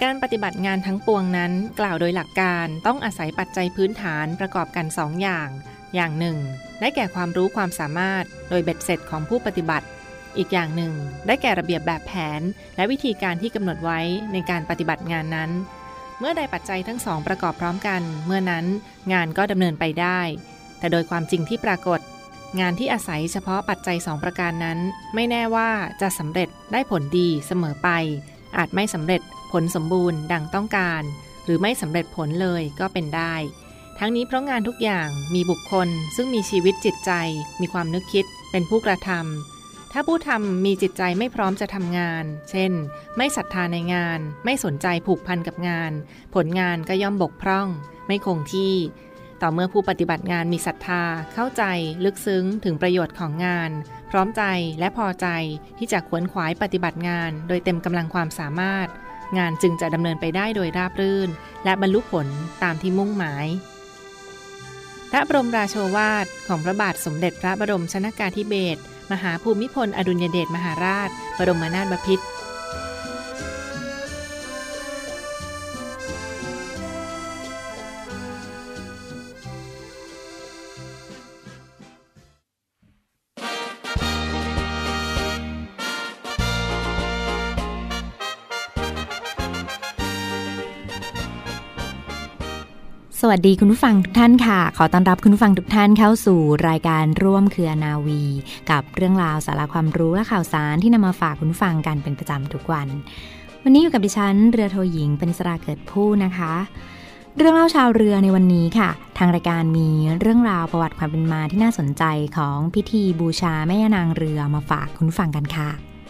การปฏิบัติงานทั้งปวงนั้นกล่าวโดยหลักการต้องอาศัยปัจจัยพื้นฐานประกอบกัน2 อย่างหนึ่งได้แก่ความรู้ความสามารถโดยเบ็ดเสร็จของผู้ปฏิบัติอีกอย่างหนึ่งได้แก่ระเบียบแบบแผนและวิธีการที่กำหนดไว้ในการปฏิบัติงานนั้นเมื่อใดปัจจัยทั้งสองประกอบพร้อมกันเมื่อนั้นงานก็ดำเนินไปได้แต่โดยความจริงที่ปรากฏงานที่อาศัยเฉพาะปัจจัย2ประการนั้นไม่แน่ว่าจะสำเร็จได้ผลดีเสมอไปอาจไม่สำเร็จผลสมบูรณ์ดังต้องการหรือไม่สำเร็จผลเลยก็เป็นได้ทั้งนี้เพราะงานทุกอย่างมีบุคคลซึ่งมีชีวิตจิตใจมีความนึกคิดเป็นผู้กระทำถ้าผู้ทำมีจิตใจไม่พร้อมจะทำงานเช่นไม่ศรัทธาในงานไม่สนใจผูกพันกับงานผลงานก็ย่อมบกพร่องไม่คงที่ต่อเมื่อผู้ปฏิบัติงานมีศรัทธาเข้าใจลึกซึ้งถึงประโยชน์ของงานพร้อมใจและพอใจที่จะขวนขวายปฏิบัติงานโดยเต็มกำลังความสามารถงานจึงจะดำเนินไปได้โดยราบรื่นและบรรลุผลตามที่มุ่งหมายพระบรมราโชวาทของพระบาทสมเด็จพระบรมชนกาธิเบศรมหาภูมิพลอดุลยเดชมหาราชบรมนาถบพิตรสวัสดีคุณผู้ฟังทุกท่านค่ะขอต้อนรับคุณผู้ฟังทุกท่านเข้าสู่รายการร่วมเครือนาวีกับเรื่องราวสาระความรู้และข่าวสารที่นำมาฝากคุณผู้ฟังกันเป็นประจำทุกวันวันนี้อยู่กับดิฉันเรือโทหญิงปณิสราเกิดผู้นะคะเรื่องเล่าชาวเรือในวันนี้ค่ะทางรายการมีเรื่องราวประวัติความเป็นมาที่น่าสนใจของพิธีบูชาแม่ย่านางเรือมาฝากคุณผู้ฟังกันค่ะ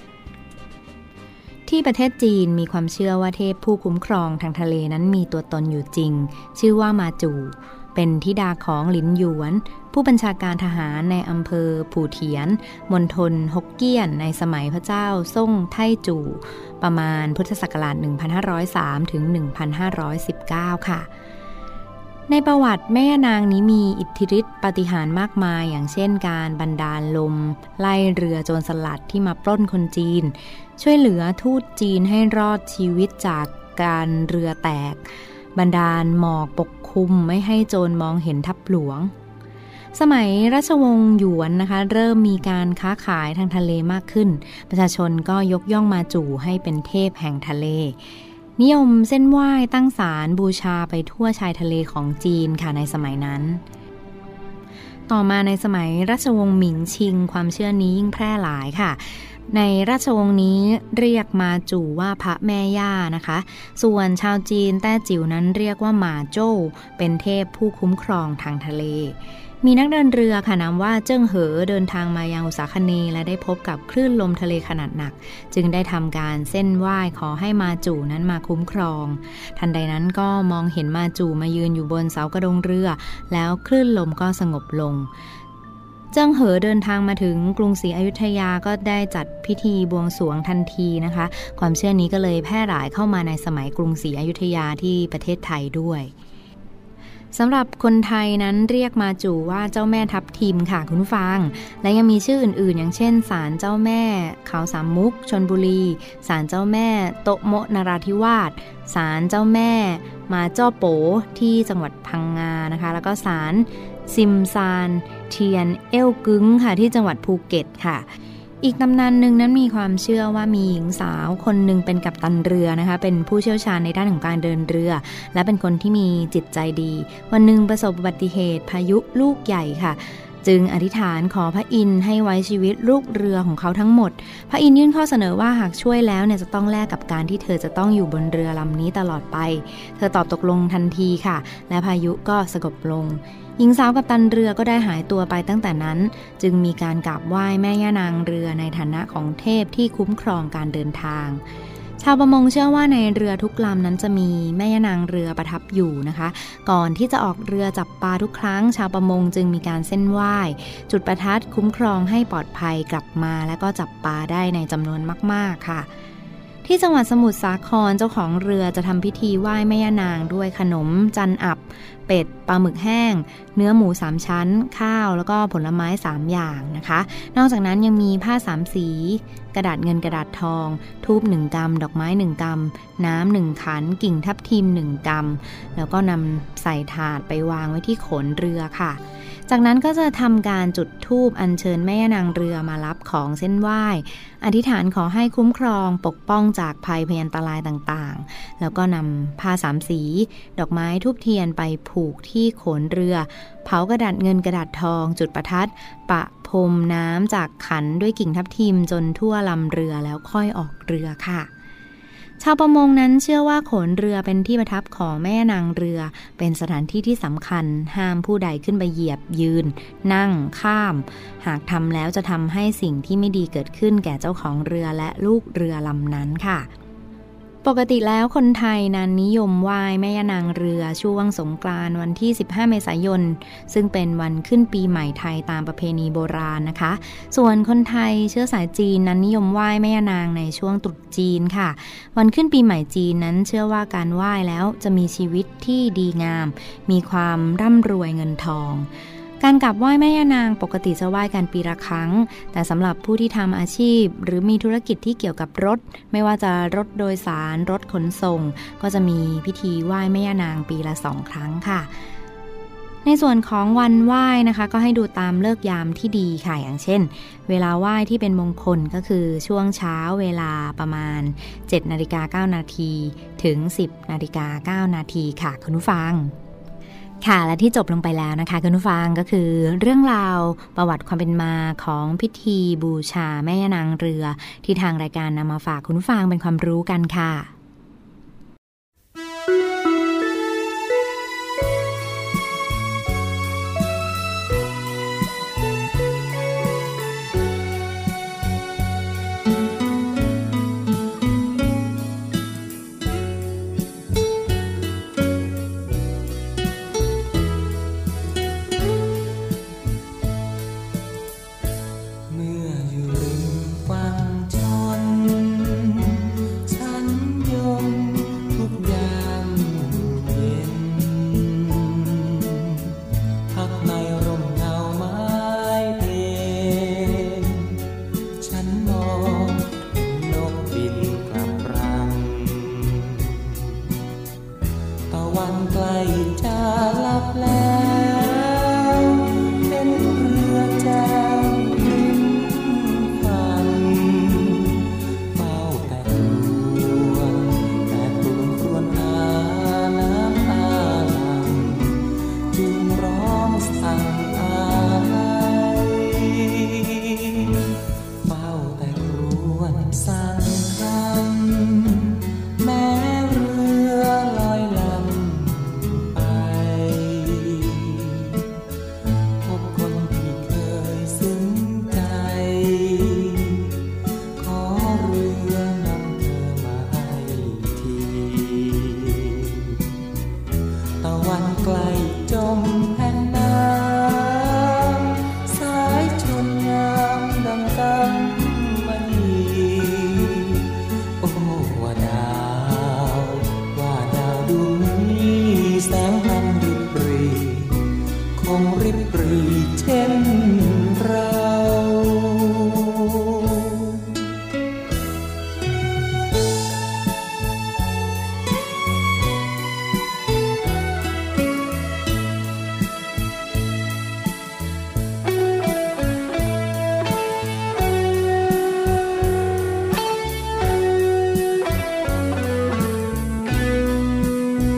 ที่ประเทศจีนมีความเชื่อว่าเทพผู้คุ้มครองทางทะเลนั้นมีตัวตนอยู่จริงชื่อว่ามาจูเป็นธิดาของหลินหยวนผู้บัญชาการทหารในอำเภอผู่เถียนมณฑลฮกเกี้ยนในสมัยพระเจ้าซ่งไท่จูประมาณพุทธศักราช 1503 ถึง 1519 ค่ะในประวัติแม่ย่านางนี้มีอิทธิฤทธิปาฏิหาริย์มากมายอย่างเช่นการบันดาลลมไล่เรือโจรสลัดที่มาปล้นคนจีนช่วยเหลือทูตจีนให้รอดชีวิตจากการเรือแตกบันดาลหมอกปกคลุมไม่ให้โจรมองเห็นทัพหลวงสมัยราชวงศ์หยวนนะคะเริ่มมีการค้าขายทางทะเลมากขึ้นประชาชนก็ยกย่องมาจูให้เป็นเทพแห่งทะเลนิยมเส้นไหว้ตั้งศาลบูชาไปทั่วชายทะเลของจีนค่ะในสมัยนั้นต่อมาในสมัยราชวงศ์หมิงชิงความเชื่อนี้ยิ่งแพร่หลายค่ะในราชวงศ์นี้เรียกมาจูว่าพระแม่ย่านะคะส่วนชาวจีนแต้จิ๋วนั้นเรียกว่าหมาโจ้เป็นเทพผู้คุ้มครองทางทะเลมีนักเดินเรือค่ะนามว่าเจิ้งเหอเดินทางมายังอุษาคเนย์และได้พบกับคลื่นลมทะเลขนาดหนักจึงได้ทำการเส้นไหว้ขอให้มาจูนั้นมาคุ้มครองทันใดนั้นก็มองเห็นมาจูมายืนอยู่บนเสากระดงเรือแล้วคลื่นลมก็สงบลงเจิ้งเหอเดินทางมาถึงกรุงศรีอยุธยาก็ได้จัดพิธีบวงสรวงทันทีนะคะความเชื่อนี้ก็เลยแพร่หลายเข้ามาในสมัยกรุงศรีอยุธยาที่ประเทศไทยด้วยสำหรับคนไทยนั้นเรียกมาจูว่าเจ้าแม่ทับทิมค่ะคุณผู้ฟังและยังมีชื่ออื่นๆอย่างเช่นศาลเจ้าแม่เขาสามมุกชลบุรีศาลเจ้าแม่โตะโมะนราธิวาสศาลเจ้าแม่มาจ้อโปที่จังหวัดพังงานะคะแล้วก็ศาลซิมซานเทียนเอ้วกึ้งค่ะที่จังหวัดภูเก็ตค่ะอีกตำนานหนึ่งนั้นมีความเชื่อว่ามีหญิงสาวคนหนึ่งเป็นกัปตันเรือนะคะเป็นผู้เชี่ยวชาญในด้านของการเดินเรือและเป็นคนที่มีจิตใจดีวันหนึ่งประสบอุบัติเหตุพายุลูกใหญ่ค่ะจึงอธิษฐานขอพระอินทร์ให้ไว้ชีวิตลูกเรือของเขาทั้งหมดพระอินทร์ยื่นข้อเสนอว่าหากช่วยแล้วเนี่ยจะต้องแลกกับการที่เธอจะต้องอยู่บนเรือลำนี้ตลอดไปเธอตอบตกลงทันทีค่ะและพายุก็สงบลงหญิงสาวกัปตันเรือก็ได้หายตัวไปตั้งแต่นั้นจึงมีการกราบไหว้แม่ย่านางเรือในฐานะของเทพที่คุ้มครองการเดินทางชาวประมงเชื่อว่าในเรือทุกลำนั้นจะมีแม่ย่านางเรือประทับอยู่นะคะก่อนที่จะออกเรือจับปลาทุกครั้งชาวประมงจึงมีการเส้นไหว้จุดประทัดคุ้มครองให้ปลอดภัยกลับมาและก็จับปลาได้ในจำนวนมากๆค่ะทที่จังหวัดสมุทรสาครเจ้าของเรือจะทำพิธีไหว้แม่ย่านางด้วยขนมจันอับเป็ดปลาหมึกแห้งเนื้อหมู3ชั้นข้าวแล้วก็ผลไม้3อย่างนะคะนอกจากนั้นยังมีผ้า3สีกระดาษเงินกระดาษทองธูป1กำดอกไม้1กำน้ำ1ขันกิ่งทับทิม1กำแล้วก็นำใส่ถาดไปวางไว้ที่โขนเรือค่ะจากนั้นก็จะทำการจุดธูปอัญเชิญแม่ย่านางเรือมารับของเส้นไหว้อธิษฐานขอให้คุ้มครองปกป้องจากภัยพยันตรายต่างๆแล้วก็นำผ้า3สีดอกไม้ธูปเทียนไปผูกที่โขนเรือเผากระดาษเงินกระดาษทองจุดประทัดปะพรมน้ำจากขันด้วยกิ่งทับทิมจนทั่วลำเรือแล้วค่อยออกเรือค่ะชาวประมงนั้นเชื่อว่าโขนเรือเป็นที่ประทับของแม่นางเรือเป็นสถานที่ที่สำคัญห้ามผู้ใดขึ้นไปเหยียบยืนนั่งข้ามหากทำแล้วจะทำให้สิ่งที่ไม่ดีเกิดขึ้นแก่เจ้าของเรือและลูกเรือลำนั้นค่ะปกติแล้วคนไทยนั้นนิยมไหว้แม่ย่านางเรือช่วงสงกรานต์วันที่15เมษายนซึ่งเป็นวันขึ้นปีใหม่ไทยตามประเพณีโบราณนะคะส่วนคนไทยเชื้อสายจีนนั้นนิยมไหว้แม่ย่านางในช่วงตรุษจีนค่ะวันขึ้นปีใหม่จีนนั้นเชื่อว่าการไหว้แล้วจะมีชีวิตที่ดีงามมีความร่ำรวยเงินทองการกราบไหว้แม่ย่านางปกติจะไหว้กันปีละครั้งแต่สำหรับผู้ที่ทำอาชีพหรือมีธุรกิจที่เกี่ยวกับรถไม่ว่าจะรถโดยสารรถขนส่งก็จะมีพิธีไหว้แม่ย่านางปีละ2ครั้งค่ะในส่วนของวันไหว้นะคะก็ให้ดูตามฤกษ์ยามที่ดีค่ะอย่างเช่นเวลาไหว้ที่เป็นมงคลก็คือช่วงเช้าเวลาประมาณ 7:09 น.ถึง 10:09 น.ค่ะคุณผู้ฟังค่ะและที่จบลงไปแล้วนะคะคุณผู้ฟังก็คือเรื่องราวประวัติความเป็นมาของพิธีบูชาแม่ย่านางเรือที่ทางรายการนำมาฝากคุณผู้ฟังเป็นความรู้กันค่ะ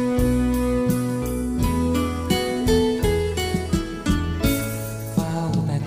แต่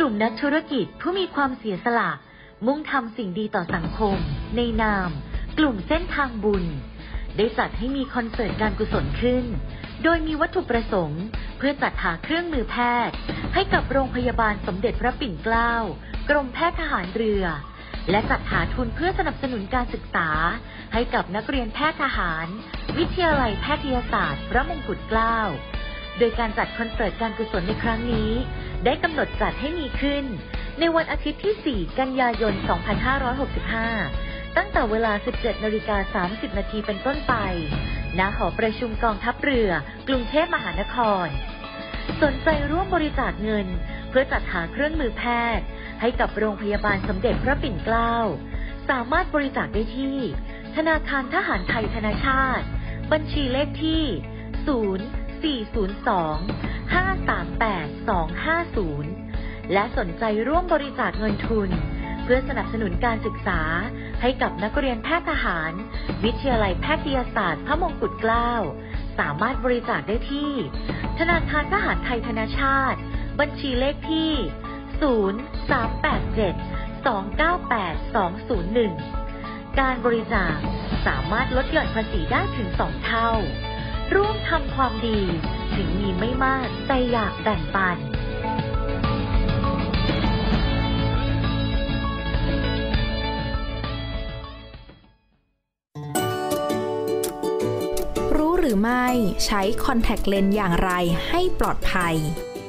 ลุ่มนักธุรกิจผู้มีความเสียสละมุ่งทำสิ่งดีต่อสังคมในนามกลุ่มเส้นทางบุญได้จัดให้มีคอนเสิร์ตการกุศลขึ้นโดยมีวัตถุประสงค์เพื่อจัดหาเครื่องมือแพทย์ให้กับโรงพยาบาลสมเด็จพระปิ่นเกล้ากรมแพทย์ทหารเรือและจัดหาทุนเพื่อสนับสนุนการศึกษาให้กับนักเรียนแพทย์ทหารวิทยาลัยแพทยศาสตร์พระมงกุฎเกล้าโดยการจัดคอนเสิร์ตการกุศลในครั้งนี้ได้กำหนดจัดให้มีขึ้นในวันอาทิตย์ที่ 4 กันยายน 2565 ตั้งแต่เวลา 17:30 น.เป็นต้นไปณ หอประชุมกองทัพเรือกรุงเทพมหานครสนใจร่วมบริจาคเงินเพื่อจัดหาเครื่องมือแพทย์ให้กับโรงพยาบาลสมเด็จพระปิ่นเกล้าสามารถบริจาคได้ที่ธนาคารทหารไทยธนชาติบัญชีเลขที่ 0402-538-250 และสนใจร่วมบริจาคเงินทุนเพื่อสนับสนุนการศึกษาให้กับนักเรียนแพทย์ทหารวิทยาลัยแพทยศาสตร์พระมงกุฎเกล้าสามารถบริจาคได้ที่ธนาคารทหารไทยธนชาติบัญชีเลขที่ 0387-298-201 การบริจาคสามารถลดหย่อนภาษีได้ถึง 2 เท่าร่วมทำความดีถึงมีไม่มากแต่อยากแบ่งปันรู้หรือไม่ใช้คอนแทคเลนส์อย่างไรให้ปลอดภัย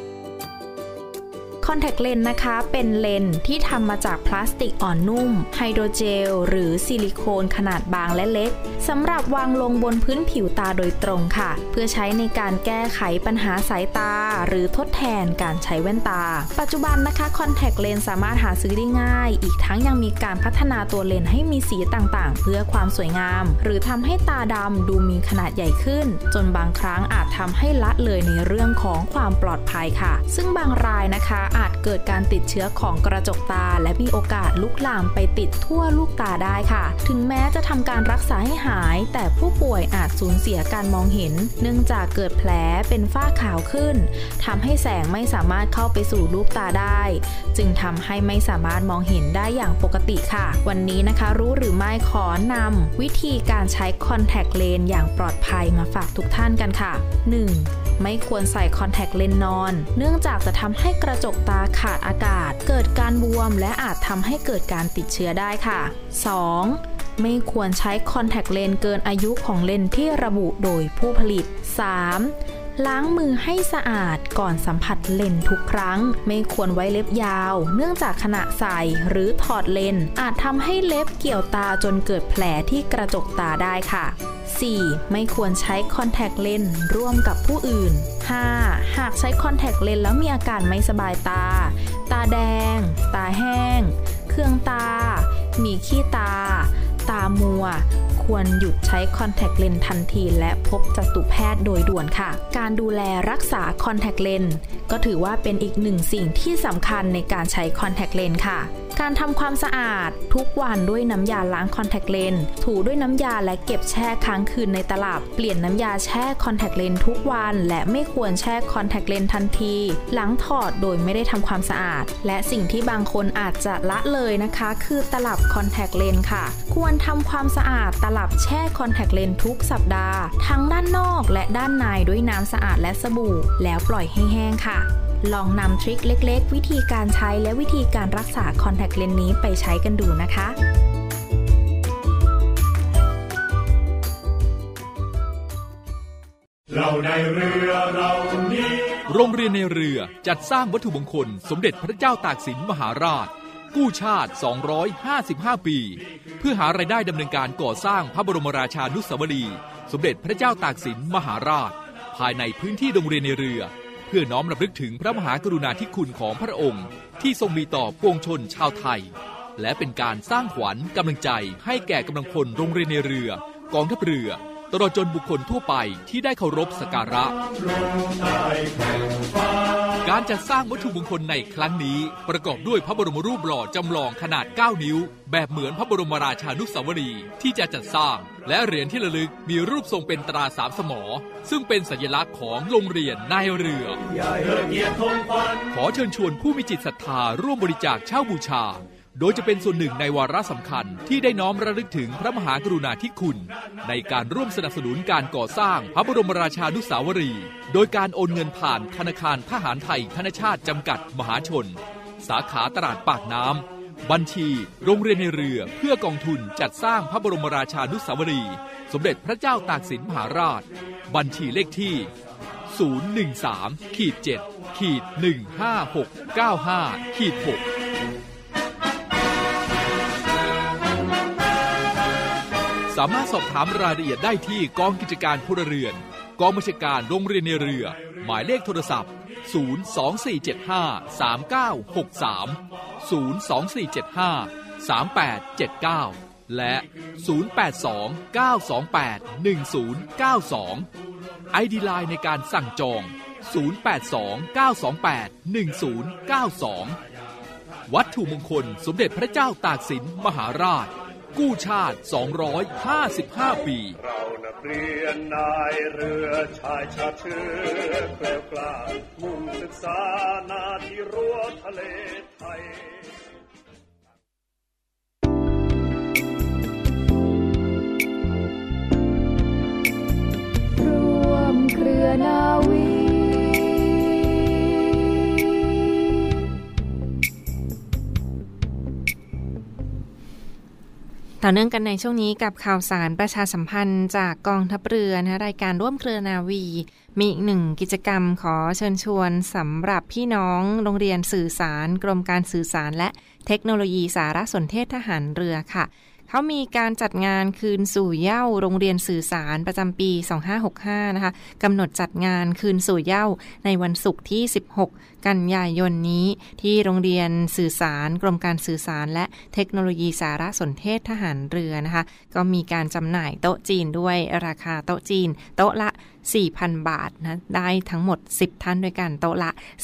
คอนแทคเลนส์นะคะเป็นเลนส์ที่ทำมาจากพลาสติกอ่อนนุ่มไฮโดรเจลหรือซิลิโคนขนาดบางและเล็กสำหรับวางลงบนพื้นผิวตาโดยตรงค่ะเพื่อใช้ในการแก้ไขปัญหาสายตาหรือทดแทนการใช้แว่นตาปัจจุบันนะคะคอนแทคเลนส์สามารถหาซื้อได้ง่ายอีกทั้งยังมีการพัฒนาตัวเลนส์ให้มีสีต่างๆเพื่อความสวยงามหรือทำให้ตาดำดูมีขนาดใหญ่ขึ้นจนบางครั้งอาจทำให้ละเลยในเรื่องของความปลอดภัยค่ะซึ่งบางรายนะคะอาจเกิดการติดเชื้อของกระจกตาและมีโอกาสลุกลามไปติดทั่วลูกตาได้ค่ะถึงแม้จะทำการรักษาให้หายแต่ผู้ป่วยอาจสูญเสียการมองเห็นเนื่องจากเกิดแผลเป็นฝ้าขาวขึ้นทำให้แสงไม่สามารถเข้าไปสู่ลูกตาได้จึงทำให้ไม่สามารถมองเห็นได้อย่างปกติค่ะวันนี้นะคะรู้หรือไม่ขอนำวิธีการใช้คอนแทคเลนส์อย่างปลอดภัยมาฝากทุกท่านกันค่ะ 1. ไม่ควรใส่คอนแทคเลนส์นอนเนื่องจากจะทำให้กระจกตาขาดอากาศเกิดการบวมและอาจทำให้เกิดการติดเชื้อได้ค่ะ 2. ไม่ควรใช้คอนแทคเลนส์เกินอายุของเลนส์ที่ระบุโดยผู้ผลิต 3. ล้างมือให้สะอาดก่อนสัมผัสเลนส์ทุกครั้งไม่ควรไว้เล็บยาวเนื่องจากขณะใส่หรือถอดเลนส์อาจทำให้เล็บเกี่ยวตาจนเกิดแผลที่กระจกตาได้ค่ะ 4. ไม่ควรใช้คอนแทคเลนส์ร่วมกับผู้อื่น 5. หากใช้คอนแทคเลนส์แล้วมีอาการไม่สบายตาตาแดงตาแห้งเคืองตามีขี้ตาตามัวควรหยุดใช้คอนแทคเลนส์ทันทีและพบจัตุแพทย์โดยด่วนค่ะการดูแลรักษาคอนแทคเลนส์ก็ถือว่าเป็นอีกหนึ่งสิ่งที่สำคัญในการใช้คอนแทคเลนส์ค่ะการทำความสะอาดทุกวันด้วยน้ำยาล้างคอนแทคเลนส์ถูด้วยน้ำยาและเก็บแช่ค้างคืนในตลับเปลี่ยนน้ำยาแช่คอนแทคเลนส์ทุกวันและไม่ควรแช่คอนแทคเลนส์ทันทีหลังถอดโดยไม่ได้ทำความสะอาดและสิ่งที่บางคนอาจจะละเลยนะคะคือตลับคอนแทคเลนส์ค่ะควรทำความสะอาดตลับแช่คอนแทคเลนส์ทุกสัปดาห์ทั้งด้านนอกและด้านในด้วยน้ำสะอาดและสบู่แล้วปล่อยให้แห้งค่ะลองนำทริคเล็กๆวิธีการใช้และวิธีการรักษาคอนแทคเลนส์นี้ไปใช้กันดูนะคะเราในเรือเรานี้โรงเรียนในเรือจัดสร้างวัตถุมงคลสมเด็จพระเจ้าตากสินมหาราชกู้ชาติ255ปีเพื่อหารายได้ดำเนินการก่อสร้างพระบรมราชานุสาวรีย์สมเด็จพระเจ้าตากสินมหาราชภายในพื้นที่โรงเรียนในเรือเพื่อน้อมรำลึกถึงพระมหากรุณาธิคุณของพระองค์ที่ทรงมีต่อปวงชนชาวไทยและเป็นการสร้างขวัญกำลังใจให้แก่กำลังพลโรงเรียนในเรือกองทัพเรือตลอดจนบุคคลทั่วไปที่ได้เคารพสักการะการจัดสร้างวัตถุมงคลในครั้งนี้ประกอบด้วยพระบรมรูปหล่อจำลองขนาด9นิ้วแบบเหมือนพระบรมราชานุสาวรีย์ที่จะจัดสร้างและเหรียญที่ระลึกมีรูปทรงเป็นตราสามสมอซึ่งเป็นสัญลักษณ์ของโรงเรียนนายเรือขอเชิญชวนผู้มีจิตศรัทธาร่วมบริจาคเช่าบูชาโดยจะเป็นส่วนหนึ่งในวาระสำคัญที่ได้น้อมระลึกถึงพระมหากรุณาธิคุณในการร่วมสนับสนุนการก่อสร้างพระบรมราชานุสาวรีย์โดยการโอนเงินผ่านธนาคารทหารไทยธนชาติจำกัดมหาชนสาขาตลาดปากน้ำบัญชีโรงเรียนในเรือเพื่อกองทุนจัดสร้างพระบรมราชานุสาวรีย์สมเด็จพระเจ้าตากสินมหาราชบัญชีเลขที่013-7-15695-6สามารถสอบถามรายละเอียดได้ที่กองกิจการพลเรือนกองบัญชาการโรงเรียนในเรือหมายเลขโทรศัพท์024753963 024753879และ0829281092 ID Line ในการสั่งจอง0829281092วัตถุมงคลสมเด็จพระเจ้าตากสินมหาราชกู้ชาติ255 ปีเรานักเรียนนายเรือชายชาติเชื้อแกล้วกล้ามุ่งศึกษานาที่รั้วทะเลไทยร่วมเครือนาวีต่อเนื่องกันในช่วงนี้กับข่าวสารประชาสัมพันธ์จากกองทัพเรือนะรายการร่วมเครือนาวีมีอีกหนึ่งกิจกรรมขอเชิญชวนสำหรับพี่น้องโรงเรียนสื่อสารกรมการสื่อสารและเทคโนโลยีสารสนเทศทหารเรือค่ะเขามีการจัดงานคืนสู่เหย้าโรงเรียนสื่อสารประจำปี2565นะคะกำหนดจัดงานคืนสู่เหย้าในวันศุกร์ที่16กันยายนนี้ที่โรงเรียนสื่อสารกรมการสื่อสารและเทคโนโลยีสารสนเทศทหารเรือนะคะก็มีการจำหน่ายโต๊ะจีนด้วยราคาโต๊ะจีนโต๊ะละ 4,000 บาทนะได้ทั้งหมด10ท่านด้วยกันโต๊ะละ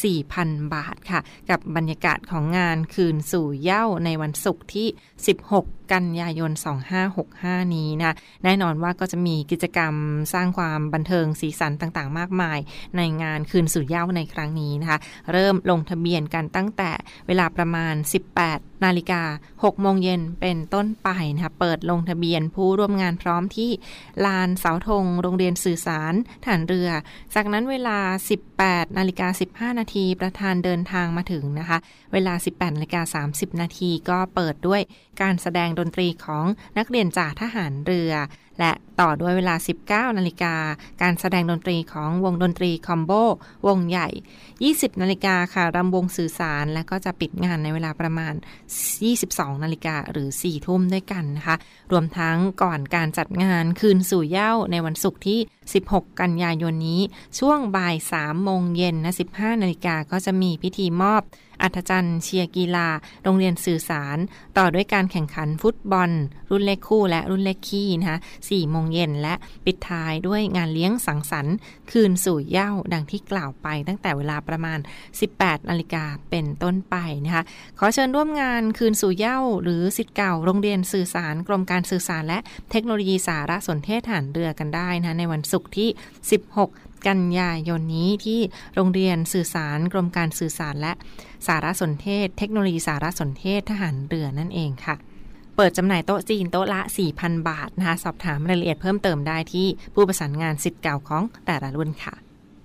4,000 บาทค่ะกับบรรยากาศของงานคืนสู่เหย้าในวันศุกร์ที่16กันยายน2565นี้นะแน่นอนว่าก็จะมีกิจกรรมสร้างความบันเทิงสีสันต่างๆมากมายในงานคืนสู่เหย้าในครั้งนี้นะคะเริ่มลงทะเบียนกันตั้งแต่เวลาประมาณ 18:06 น.เป็นต้นไปนะคะเปิดลงทะเบียนผู้ร่วมงานพร้อมที่ลานเสาธงโรงเรียนสื่อสารทหารเรือจากนั้นเวลา 18:15 น.ประธานเดินทางมาถึงนะคะเวลา 18:30 น.ก็เปิดด้วยการแสดงดนตรีของนักเรียนจ่าทหารเรือและต่อด้วยเวลา 19:00 น.การแสดงดนตรีของวงดนตรีคอมโบวงใหญ่ 20:00 น.ค่ะรำวงสื่อสารและก็จะปิดงานในเวลาประมาณ 22:00 น.หรือ 4 ทุ่มด้วยกันนะคะรวมทั้งก่อนการจัดงานคืนสู่เหย้าในวันศุกร์ที่16กันยายนนี้ช่วงบ่าย 3 โมงเย็นนะ 15:00 น.ก็จะมีพิธีมอบอัธจันทร์เชียร์กีฬาโรงเรียนสื่อสารต่อด้วยการแข่งขันฟุตบอลรุ่นเล็กคู่และรุ่นเล็กขี้นะคะ 4 โมงเย็นและปิดท้ายด้วยงานเลี้ยงสังสรรค์คืนสู่เหย้าดังที่กล่าวไปตั้งแต่เวลาประมาณ 18:00 น.เป็นต้นไปนะคะขอเชิญร่วมงานคืนสู่เหย้าหรือศิษย์เก่าโรงเรียนสื่อสารกรมการสื่อสารและเทคโนโลยีสารสนเทศทหารเรือกันได้นะในวันศุกร์ที่16กันยายนนี้ที่โรงเรียนสื่อสารกรมการสื่อสารและสารสนเทศเทคโนโลยีสารสนเทศทหารเรือนั่นเองค่ะเปิดจำหน่ายโต๊ะจีนโต๊ะละ 4,000 บาทนะคะสอบถามรายละเอียดเพิ่มเติมได้ที่ผู้ประสานงานศิษย์เก่าของแต่ละรุ่นค่ะ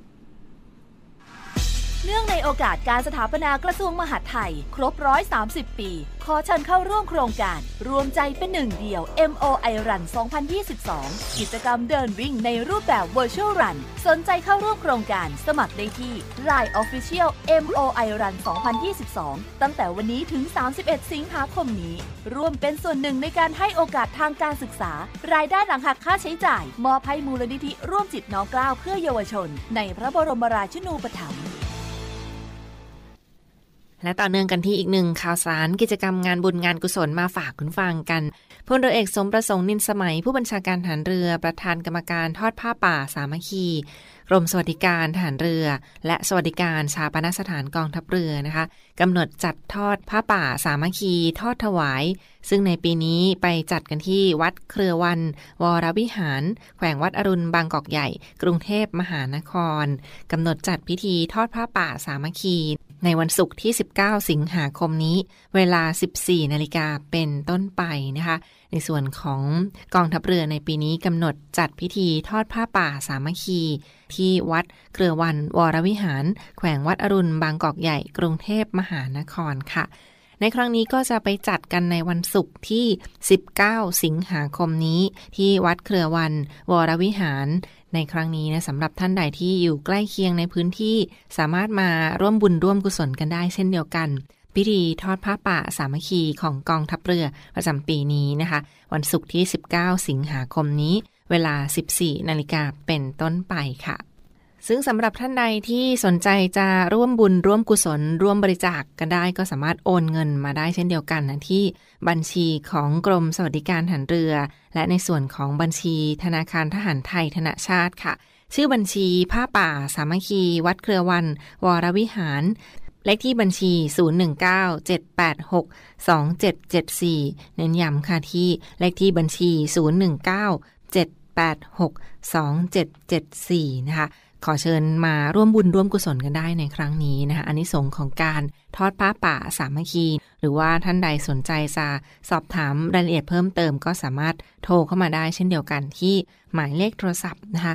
เนื่องในโอกาสการสถาปนากระทรวงมหาดไทยครบ130 ปีขอเชิญเข้าร่วมโครงการรวมใจเป็นหนึ่งเดียว MOI Run 2022 กิจกรรมเดินวิ่งในรูปแบบ Virtual Run สนใจเข้าร่วมโครงการสมัครได้ที่ LINE Official MOI Run 2022 ตั้งแต่วันนี้ถึง 31 สิงหาคมนี้ร่วมเป็นส่วนหนึ่งในการให้โอกาสทางการศึกษารายได้หลังหักค่าใช้จ่ายมอบให้มูลนิธิร่วมจิตน้อมเกล้าเพื่อเยาวชนในพระบรมราชินูปถัมภ์และต่อเนื่องกันที่อีกหนึ่งข่าวสารกิจกรรมงานบุญงานกุศลมาฝากคุณฟังกันพลเรือเอกสมประสงค์นินสมัยผู้บัญชาการทหารเรือประธานกรรมการทอดผ้าป่าสามัคคีกรมสวัสดิการทหารเรือและสวัสดิการชาปนสถานกองทัพเรือนะคะกำหนดจัดทอดผ้าป่าสามัคคีทอดถวายซึ่งในปีนี้ไปจัดกันที่วัดเครือวันวรวิหารแขวงวัดอรุณบางกอกใหญ่กรุงเทพมหานครกำหนดจัดพิธีทอดผ้าป่าสามัคคีในวันศุกร์ที่19สิงหาคมนี้เวลา 14 นาฬิกาเป็นต้นไปนะคะในส่วนของกองทัพเรือในปีนี้กำหนดจัดพิธีทอดผ้าป่าสามัคคีที่วัดเครือวันวรวิหารแขวงวัดอรุณบางกอกใหญ่กรุงเทพมหานครค่ะในครั้งนี้ก็จะไปจัดกันในวันศุกร์ที่19สิงหาคมนี้ที่วัดเครือวันวรวิหารในครั้งนี้นะสำหรับท่านใดที่อยู่ใกล้เคียงในพื้นที่สามารถมาร่วมบุญร่วมกุศลกันได้เช่นเดียวกันพิธีทอดผ้าป่าสามัคคีของกองทัพเรือประจำปีนี้นะคะวันศุกร์ที่19สิงหาคมนี้เวลา 14 นาฬิกาเป็นต้นไปค่ะซึ่งสำหรับท่านใดที่สนใจจะร่วมบุญร่วมกุศลร่วมบริจาคกันได้ก็สามารถโอนเงินมาได้เช่นเดียวกันนะที่บัญชีของกรมสวัสดิการทหารเรือและในส่วนของบัญชีธนาคารทหารไทยธนชาติค่ะชื่อบัญชีผ้าป่าสามัคคีวัดเครือวันวรวิหารเลขที่บัญชี 019-786-2774 เน้นย้ำค่ะที่เลขที่บัญชี 019-786-2774 นะคะขอเชิญมาร่วมบุญร่วมกุศลกันได้ในครั้งนี้นะคะอานิสงส์ของการทอดผ้าป่าสามัคคีหรือว่าท่านใดสนใจจะสอบถามรายละเอียดเพิ่มเติมก็สามารถโทรเข้ามาได้เช่นเดียวกันที่หมายเลขโทรศัพท์นะคะ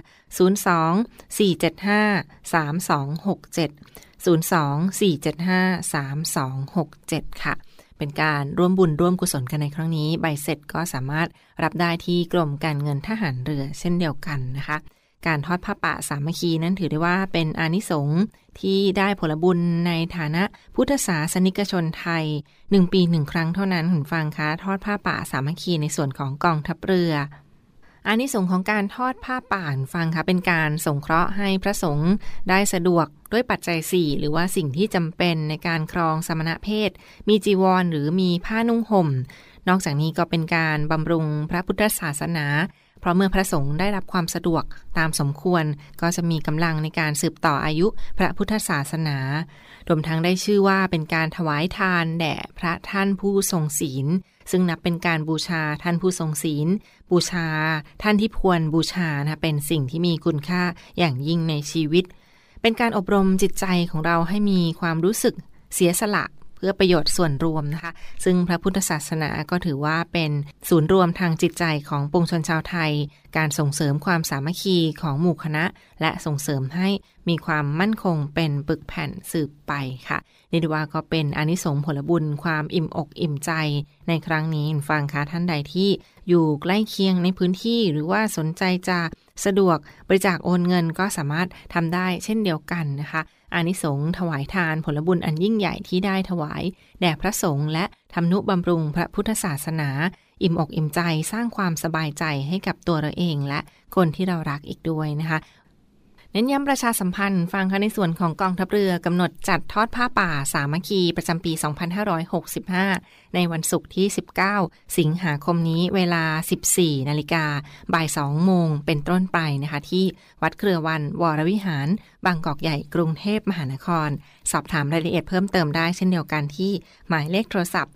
02-475-326702-475-3267 ค่ะเป็นการร่วมบุญร่วมกุศลกันในครั้งนี้ใบเสร็จก็สามารถรับได้ที่กรมการเงินทหารเรือเช่นเดียวกันนะคะการทอดผ้าป่าสามัคคีนั้นถือได้ว่าเป็นอานิสงส์ที่ได้ผลบุญในฐานะพุทธศาสนิกชนไทย1 ปี 1 ครั้งเท่านั้นคุณฟังคะทอดผ้าป่าสามัคคีในส่วนของกองทัพเรืออานิสงส์ของการทอดผ้าป่าฟังค่ะเป็นการสงเคราะห์ให้พระสงฆ์ได้สะดวกด้วยปัจจัย4หรือว่าสิ่งที่จำเป็นในการครองสมณเพศมีจีวรหรือมีผ้านุ่งห่มนอกจากนี้ก็เป็นการบำรุงพระพุทธศาสนาเพราะเมื่อพระสงฆ์ได้รับความสะดวกตามสมควรก็จะมีกำลังในการสืบต่ออายุพระพุทธศาสนารวมทั้งได้ชื่อว่าเป็นการถวายทานแด่พระท่านผู้ทรงศีลซึ่งนับเป็นการบูชาท่านผู้ทรงศีลบูชาท่านที่ควรบูชานะเป็นสิ่งที่มีคุณค่าอย่างยิ่งในชีวิตเป็นการอบรมจิตใจของเราให้มีความรู้สึกเสียสละเพื่อประโยชน์ส่วนรวมนะคะซึ่งพระพุทธศาสนาก็ถือว่าเป็นศูนย์รวมทางจิตใจของปวงชนชาวไทยการส่งเสริมความสามัคคีของหมู่คณะและส่งเสริมให้มีความมั่นคงเป็นปึกแผ่นสืบไปค่ะเรียกว่าก็เป็นอานิสงส์ผลบุญความอิ่มอกอิ่มใจในครั้งนี้ฟังค่ะท่านใดที่อยู่ใกล้เคียงในพื้นที่หรือว่าสนใจจะสะดวกบริจาคโอนเงินก็สามารถทำได้เช่นเดียวกันนะคะอานิสงส์ถวายทานผลบุญอันยิ่งใหญ่ที่ได้ถวายแด่พระสงฆ์และทำนุบำรุงพระพุทธศาสนาอิ่มอกอิ่มใจสร้างความสบายใจให้กับตัวเราเองและคนที่เรารักอีกด้วยนะคะเน้นย้ำประชาสัมพันธ์ฟังค่ะในส่วนของกองทัพเรือกำหนดจัดทอดผ้าป่าสามัคคีประจำปี 2565 ในวันศุกร์ที่19สิงหาคมนี้เวลา 14 นาฬิกาบ่าย 2 โมงเป็นต้นไปนะคะที่วัดเครือวันวรวิหารบางกอกใหญ่กรุงเทพมหานครสอบถามรายละเอียดเพิ่มเติมได้เช่นเดียวกันที่หมายเลขโทรศัพท์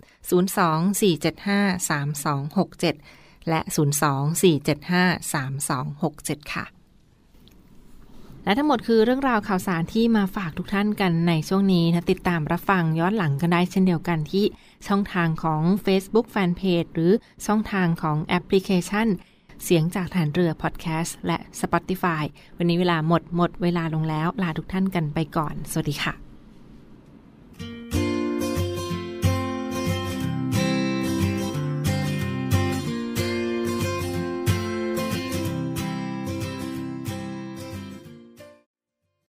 024753267 และ 024753267 ค่ะและทั้งหมดคือเรื่องราวข่าวสารที่มาฝากทุกท่านกันในช่วงนี้นะติดตามรับฟังย้อนหลังกันได้เช่นเดียวกันที่ช่องทางของ Facebook Fanpage หรือช่องทางของแอปพลิเคชันเสียงจากฐานเรือพอดแคสต์และ Spotify วันนี้เวลาหมดเวลาลงแล้วลาทุกท่านกันไปก่อนสวัสดีค่ะ